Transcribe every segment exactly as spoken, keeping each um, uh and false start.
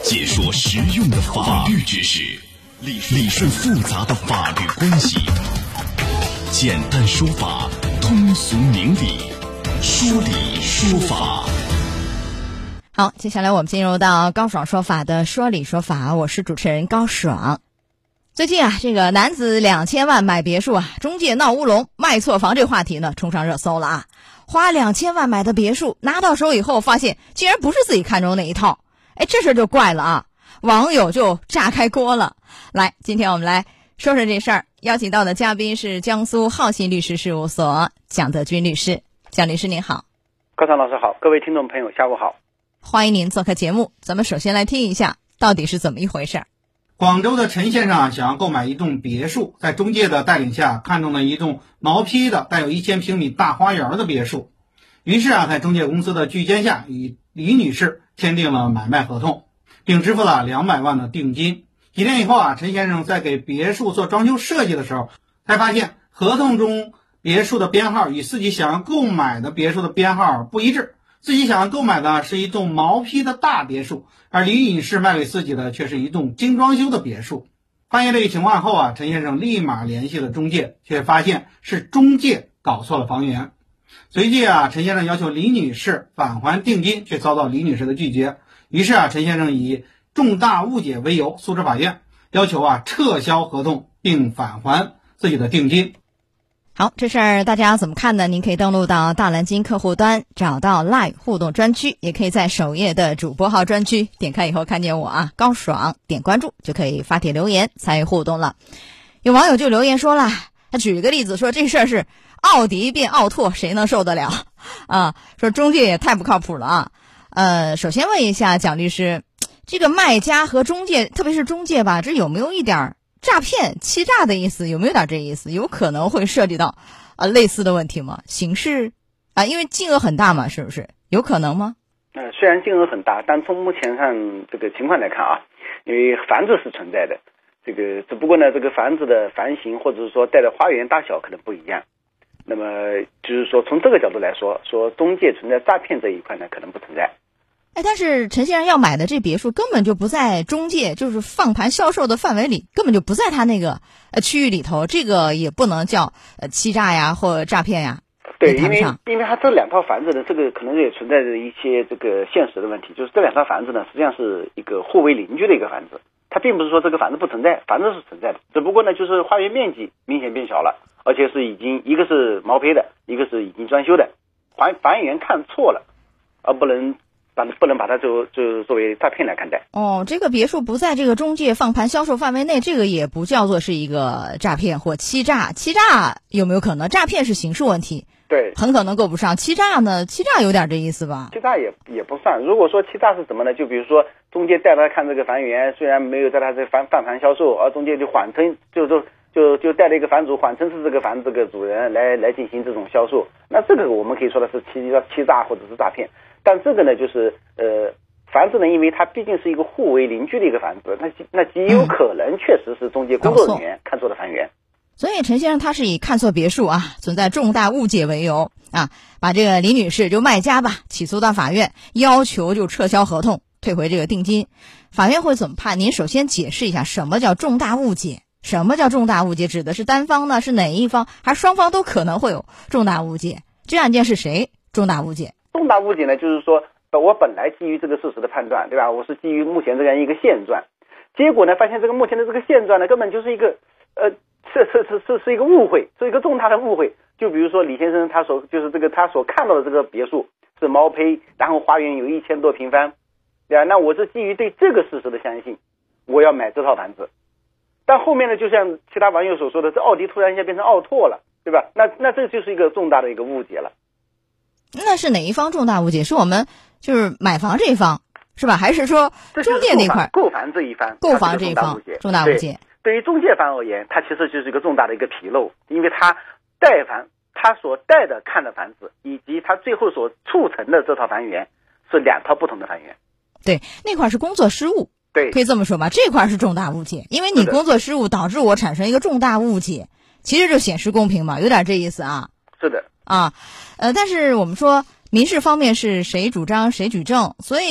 解说实用的法律知识，理理顺复杂的法律关系，简单说法，通俗明理，说理说法。 好，接下来我们进入到高爽说法的说理说法，我是主持人高爽。最近啊，这个男子两千万买别墅啊，中介闹乌龙，卖错房这话题呢冲上热搜了啊。花两千万买的别墅，拿到手以后发现竟然不是自己看中那一套，哎，这事就怪了啊，网友就炸开锅了。来，今天我们来说说这事儿，邀请到的嘉宾是江苏浩信律师事务所蒋德军律师。蒋律师您好。 高爽老师好，各位听众朋友下午好， 欢迎您做客节目。咱们首先来听一下到底是怎么一回事。 广州的陈先生啊，想要购买一栋别墅，在中介的带领下看中了一栋毛坯的带有一千平米大花园的别墅，于是啊，在中介公司的拒监下与李女士签订了买卖合同，并支付了两百万的定金。几天以后啊，陈先生在给别墅做装修设计的时候，才发现合同中别墅的编号与自己想要购买的别墅的编号不一致，自己想要购买的是一栋毛坯的大别墅，而李女士卖给自己的却是一栋精装修的别墅。发现这一情况后啊，陈先生立马联系了中介，却发现是中介搞错了房源。随即啊，陈先生要求李女士返还定金，却遭到李女士的拒绝。于是啊，陈先生以重大误解为由诉至法院，要求啊撤销合同并返还自己的定金。 好，这事儿大家怎么看呢？您可以登录到大蓝鲸客户端，找到 Live 互动专区，也可以在首页的主播号专区点开以后看见我啊，高爽，点关注就可以发帖留言参与互动了。有网友就留言说了，他举一个例子说这事儿是奥迪变奥拓，谁能受得了啊？说中介也太不靠谱了啊。呃，首先问一下蒋律师，这个卖家和中介，特别是中介吧，这有没有一点诈骗欺诈的意思？有没有点这意思？有可能会涉及到呃类似的问题吗？刑事啊，因为金额很大嘛，是不是？有可能吗？ 呃，虽然金额很大，但从目前上这个情况来看啊，因为房子是存在的，这个只不过呢，这个房子的房型或者是说带的花园大小可能不一样。那么就是说，从这个角度来说，说中介存在诈骗这一块呢，可能不存在。 哎，但是陈先生要买的这别墅根本就不在中介就是放盘销售的范围里，根本就不在他那个呃区域里头，这个也不能叫呃欺诈呀或诈骗呀。 对，因为因为他这两套房子呢，这个可能也存在着一些这个现实的问题，就是这两套房子呢，实际上是一个互为邻居的一个房子，它并不是说这个房子不存在，房子是存在的，只不过呢，就是花园面积明显变小了，而且是已经一个是毛坯的，一个是已经装修的，房房源看错了，而不能。把不能把它就就作为诈骗来看待。 哦，这个别墅不在这个中介放盘销售范围内，这个也不叫做是一个诈骗或欺诈。欺诈有没有可能？诈骗是刑事问题， 对， 很可能够不上。欺诈呢？欺诈有点这意思吧？ 欺诈也也不算。如果说欺诈是什么呢？就比如说中介带他看这个房源，虽然没有在他这放放盘销售，而中介就谎称就就就就带了一个房主，谎称是这个房子这个主人来来进行这种销售，那这个我们可以说的是欺欺诈或者是诈骗。但这个呢，就是呃，房子呢，因为它毕竟是一个互为邻居的一个房子，那那极有可能确实是中介工作人员看错了房源。 所以陈先生他是以看错别墅啊，存在重大误解为由啊，把这个李女士就卖家吧起诉到法院，要求就撤销合同，退回这个定金。法院会怎么判？您首先解释一下什么叫重大误解？什么叫重大误解？指的是单方呢？是哪一方？还是双方都可能会有重大误解？这案件是谁重大误解？ 重大误解呢，就是说我本来基于这个事实的判断，对吧？我是基于目前这样一个现状，结果呢，发现这个目前的这个现状呢，根本就是一个呃，是是是是是一个误会，是一个重大的误会。就比如说李先生他所就是这个他所看到的这个别墅是毛坯，然后花园有一千多平方，对吧？那我是基于对这个事实的相信，我要买这套房子。但后面呢，就像其他网友所说的，这奥迪突然一下变成奥拓了，对吧？那那这就是一个重大的一个误解了。 那是哪一方重大误解？是我们就是买房这一方是吧？还是说中介那块购房这一方？ 购房这一方重大误解。 对于中介方而言，它其实就是一个重大的一个纰漏，因为他带房，他所带的看的房子，以及他最后所促成的这套房源是两套不同的房源。 对，那块是工作失误。 对， 可以这么说吧，这块是重大误解，因为你工作失误导致我产生一个重大误解，其实就显示公平嘛，有点这意思啊。 是的。 啊，呃，但是我们说民事方面是谁主张谁举证，所以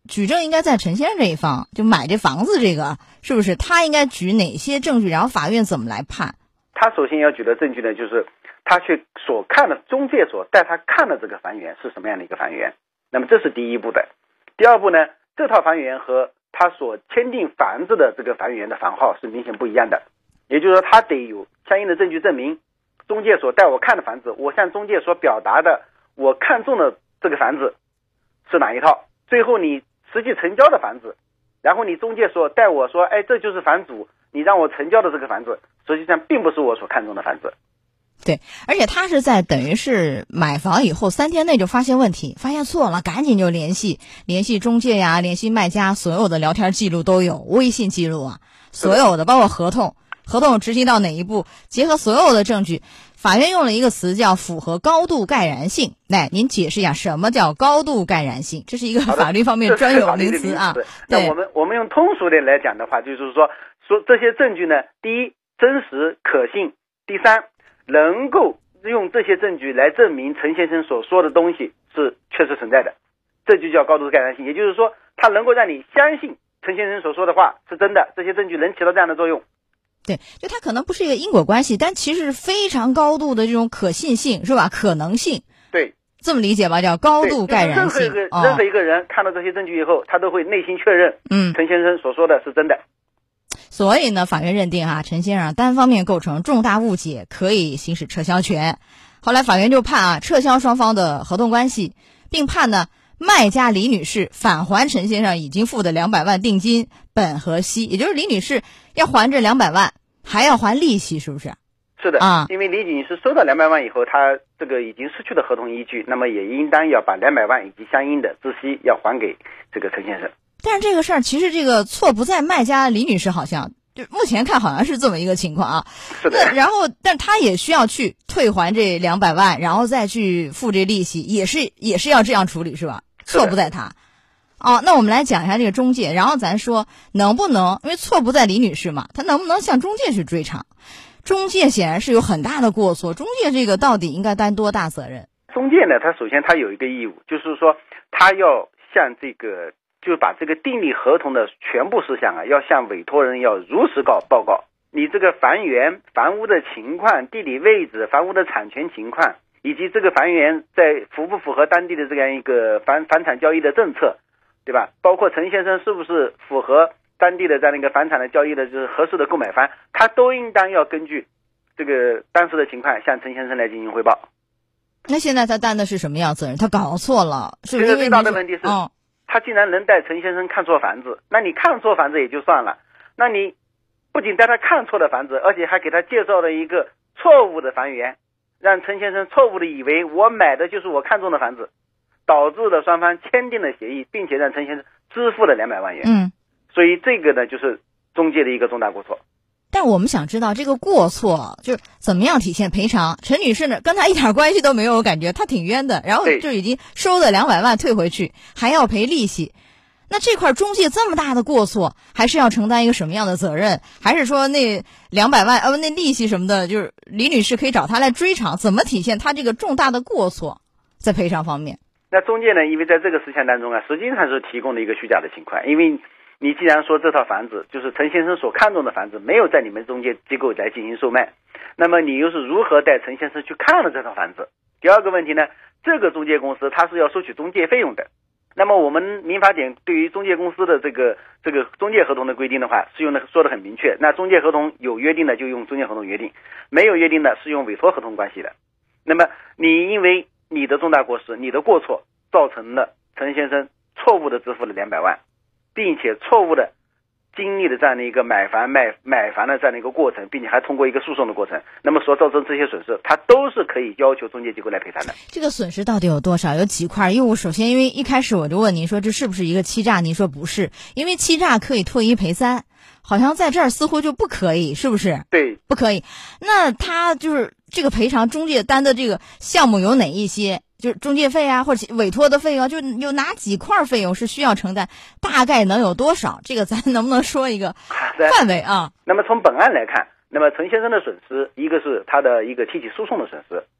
举证应该在陈先生这一方，就买这房子这个，是不是他应该举哪些证据，然后法院怎么来判？ 他首先要举的证据呢，就是他去所看的中介所带他看的这个房源是什么样的一个房源，那么这是第一步的。第二步呢，这套房源和他所签订房子的这个房源的房号是明显不一样的，也就是说他得有相应的证据证明中介所带我看的房子，我向中介所表达的我看中的这个房子是哪一套，最后你实际成交的房子，然后你中介所带我说，哎，这就是房主，你让我成交的这个房子实际上并不是我所看中的房子。 对，而且他是在等于是买房以后三天内就发现问题，发现错了，赶紧就联系联系中介呀，联系卖家，所有的聊天记录都有，微信记录啊，所有的包括合同，合同执行到哪一步，结合所有的证据，法院用了一个词叫符合高度盖然性。来，您解释一下什么叫高度盖然性？这是一个法律方面专有名词啊。 那我们我们用通俗点来讲的话，就是说说这些证据呢，第一，真实可信；第三，能够用这些证据来证明陈先生所说的东西是确实存在的，这就叫高度盖然性。也就是说，它能够让你相信陈先生所说的话是真的，这些证据能起到这样的作用。 对，就它可能不是一个因果关系，但其实是非常高度的这种可信性，是吧？可能性。 对， 这么理解吧，叫高度盖然性。 任何一个、哦、任何一个人看到这些证据以后，他都会内心确认，嗯，陈先生所说的是真的。 所以呢，法院认定啊，陈先生单方面构成重大误解，可以行使撤销权。后来法院就判啊，撤销双方的合同关系，并判呢，卖家李女士返还陈先生已经付的两百万定金本和息，也就是李女士要还这两百万，还要还利息，是不是？ 是的啊， 因为李女士收到两百万以后，她这个已经失去了合同依据，那么也应当要把两百万以及相应的孳息要还给这个陈先生。 但是这个事儿其实这个错不在卖家李女士，好像就目前看好像是这么一个情况啊。 是的。 那然后，但她也需要去退还这两百万，然后再去付这利息，也是也是要这样处理，是吧？错不在她。哦，那我们来讲一下这个中介，然后咱说能不能，因为错不在李女士嘛，她能不能向中介去追偿？中介显然是有很大的过错，中介这个到底应该担多大责任？ 中介呢，他首先他有一个义务，就是说他要向这个。就把这个订立合同的全部事项啊，要向委托人要如实告报告。你这个房源、房屋的情况、地理位置、房屋的产权情况，以及这个房源在符不符合当地的这样一个房房产交易的政策，对吧？包括陈先生是不是符合当地的这样一个房产的交易的就是合适的购买方，他都应当要根据这个当时的情况向陈先生来进行汇报。 那现在他担的是什么样责任？他搞错了，是不是？ 现在最大的问题是。 哦， 他竟然能带陈先生看错房子，那你看错房子也就算了，那你不仅带他看错的房子，而且还给他介绍了一个错误的房源，让陈先生错误的以为我买的就是我看中的房子，导致了双方签订了协议，并且让陈先生支付了两百万元。 嗯， 所以这个呢，就是中介的一个重大过错。 但我们想知道这个过错就是怎么样体现赔偿。陈女士呢，跟她一点关系都没有，我感觉她挺冤的，然后就已经收了两百万退回去，还要赔利息。那这块中介这么大的过错，还是要承担一个什么样的责任？还是说那两百万呃那利息什么的，就是李女士可以找她来追偿？怎么体现她这个重大的过错在赔偿方面？ 那中介呢，因为在这个事项当中啊，实际上是提供了一个虚假的情况，因为你既然说这套房子就是陈先生所看中的房子，没有在你们中介机构来进行售卖，那么你又是如何带陈先生去看了这套房子？第二个问题呢，这个中介公司它是要收取中介费用的。那么我们民法典对于中介公司的这个这个中介合同的规定的话，是用的说的很明确。那中介合同有约定的就用中介合同约定，没有约定的是用委托合同关系的。那么你因为你的重大过失，你的过错，造成了陈先生错误的支付了两百万。并且错误的经历了这样的一个买房卖买房的这样的一个过程，并且还通过一个诉讼的过程，那么所造成这些损失，它都是可以要求中介机构来赔偿的。 这个损失到底有多少？有几块？因为我首先因为一开始我就问您说这是不是一个欺诈，您说不是，因为欺诈可以退一赔三，好像在这儿似乎就不可以，是不是？ 对， 不可以。那他就是这个赔偿中介担的这个项目有哪一些？就是中介费啊，或者委托的费用，就有哪几块费用是需要承担？大概能有多少？这个咱能不能说一个范围啊？ 那么从本案来看，那么陈先生的损失，一个是他的一个提起诉讼的损失，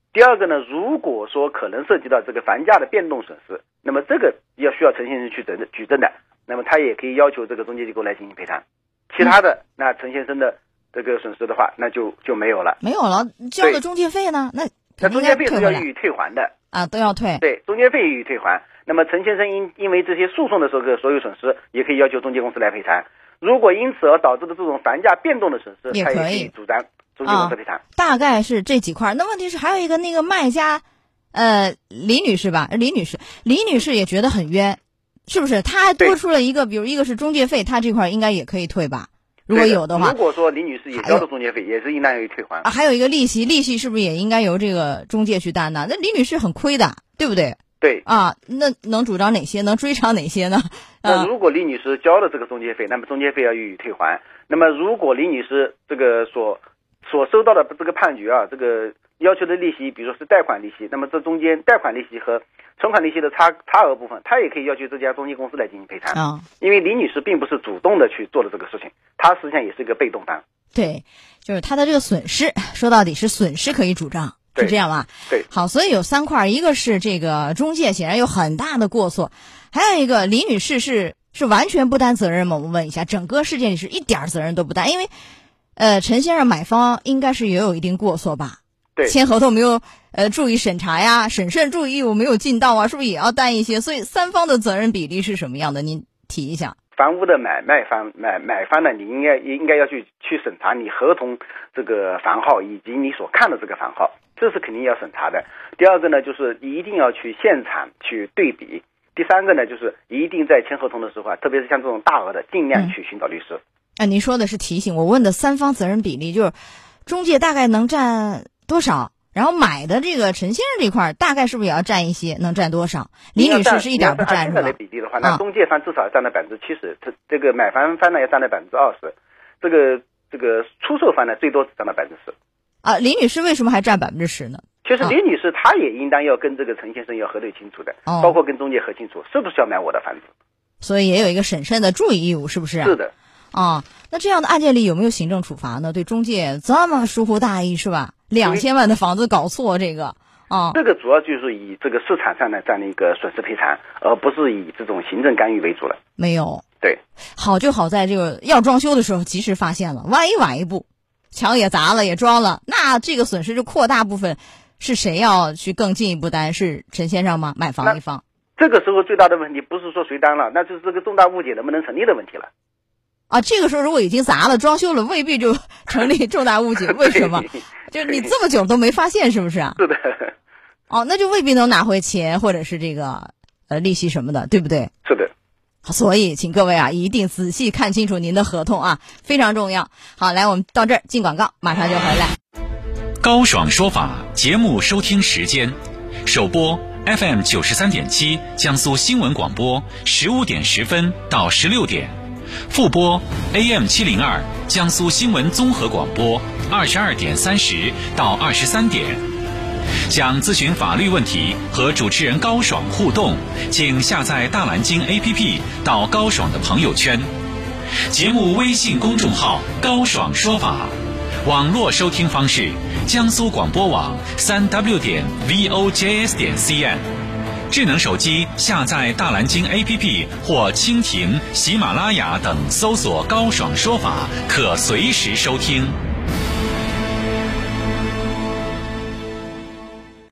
第二个呢，如果说可能涉及到这个房价的变动损失，那么这个要需要陈先生去证举证的，那么他也可以要求这个中介机构来进行赔偿。其他的，那陈先生的这个损失的话，那就就没有了。 没有了，交的中介费呢？那那中介费是要予以退还的啊，都要退。 对，中介费予以退还。那么陈先生因因为这些诉讼的时候的所有损失，也可以要求中介公司来赔偿。如果因此而导致的这种房价变动的损失，他也可以主张中介公司赔偿。 啊，大概是这几块。那问题是还有一个那个卖家，呃，李女士吧，李女士，李女士也觉得很冤，是不是？她还多出了一个，比如一个是中介费，她这块应该也可以退吧？如果有的话， 如果说李女士也交了中介费，也是应当要退还啊。还有一个利息，利息是不是也应该由这个中介去担呢？那李女士很亏的，对不对？ 对啊，那能主张哪些？能追偿哪些呢？ 那如果李女士交了这个中介费，那么中介费要予以退还。那么如果李女士这个所所收到的这个判决啊，这个要求的利息，比如说是贷款利息，那么这中间贷款利息和存款利息的差差额部分，他也可以要求这家中介公司来进行赔偿。 啊，因为李女士并不是主动的去做的这个事情，她实际上也是一个被动方。 对，就是她的这个损失，说到底是损失可以主张。是这样吧？ 对， 好，所以有三块，一个是这个中介显然有很大的过错，还有一个李女士是是完全不担责任吗？我们问一下，整个事件里是一点责任都不担，因为呃，陈先生买方应该是也有一定过错吧？ 对， 签合同没有呃注意审查呀，审慎注意义务没有尽到啊，是不是也要担一些？所以三方的责任比例是什么样的？您提一下。 房屋的买卖方买买方呢，你应该应该要去去审查你合同这个房号以及你所看的这个房号。这是肯定要审查的。第二个呢，就是一定要去现场去对比。第三个呢，就是一定在签合同的时候啊，特别是像这种大额的，尽量去寻找律师。 嗯、啊，您说的是提醒，我问的三方责任比例就是中介大概能占多少，然后买的这个陈先生这块大概是不是也要占一些，能占多少？李女士是一点不占是吧？ 按现在的比例的话，那中介方至少占了百分之七十，这这个买房方呢要占了百分之二十，这个这个出售方呢最多只占了百分之十。 啊，李女士为什么还占百分之十呢？ 其实李女士她也应当要跟这个陈先生要核对清楚的， 哦、 包括跟中介核清楚是不是要买我的房子， 所以也有一个审慎的注意义务，是不是、啊？ 是的。 啊，那这样的案件里有没有行政处罚呢？对中介这么疏忽大意是吧？两千万的房子搞错这个啊， 这个主要就是以这个市场上的这样的一个损失赔偿，而不是以这种行政干预为主了。 没有。 对， 好就好在这个要装修的时候及时发现了，万一晚一步。墙也砸了，也装了，那这个损失就扩大部分，是谁要去更进一步担？是陈先生吗？买房一方？ 这个时候最大的问题不是说谁担了，那就是这个重大误解能不能成立的问题了。 啊，这个时候如果已经砸了、装修了，未必就成立重大误解。为什么？就是你这么久都没发现，是不是啊？ 是的。 哦，那就未必能拿回钱，或者是这个呃利息什么的，对不对？ 是的。 所以，请各位啊，一定仔细看清楚您的合同啊，非常重要。好，来，我们到这儿进广告，马上就回来。 高爽说法节目收听时间：首播 F M 九十三点七，江苏新闻广播，十五点十分到十六点；复播 A M 七零二，江苏新闻综合广播，二十二点三十到二十三点。想咨询法律问题和主持人高爽互动，请下载大蓝鲸 A P P 到高爽的朋友圈。节目微信公众号高爽说法，网络收听方式江苏广播网三 w 点 v o j s 点 c n。智能手机下载大蓝鲸 A P P 或蜻蜓、喜马拉雅等，搜索高爽说法，可随时收听。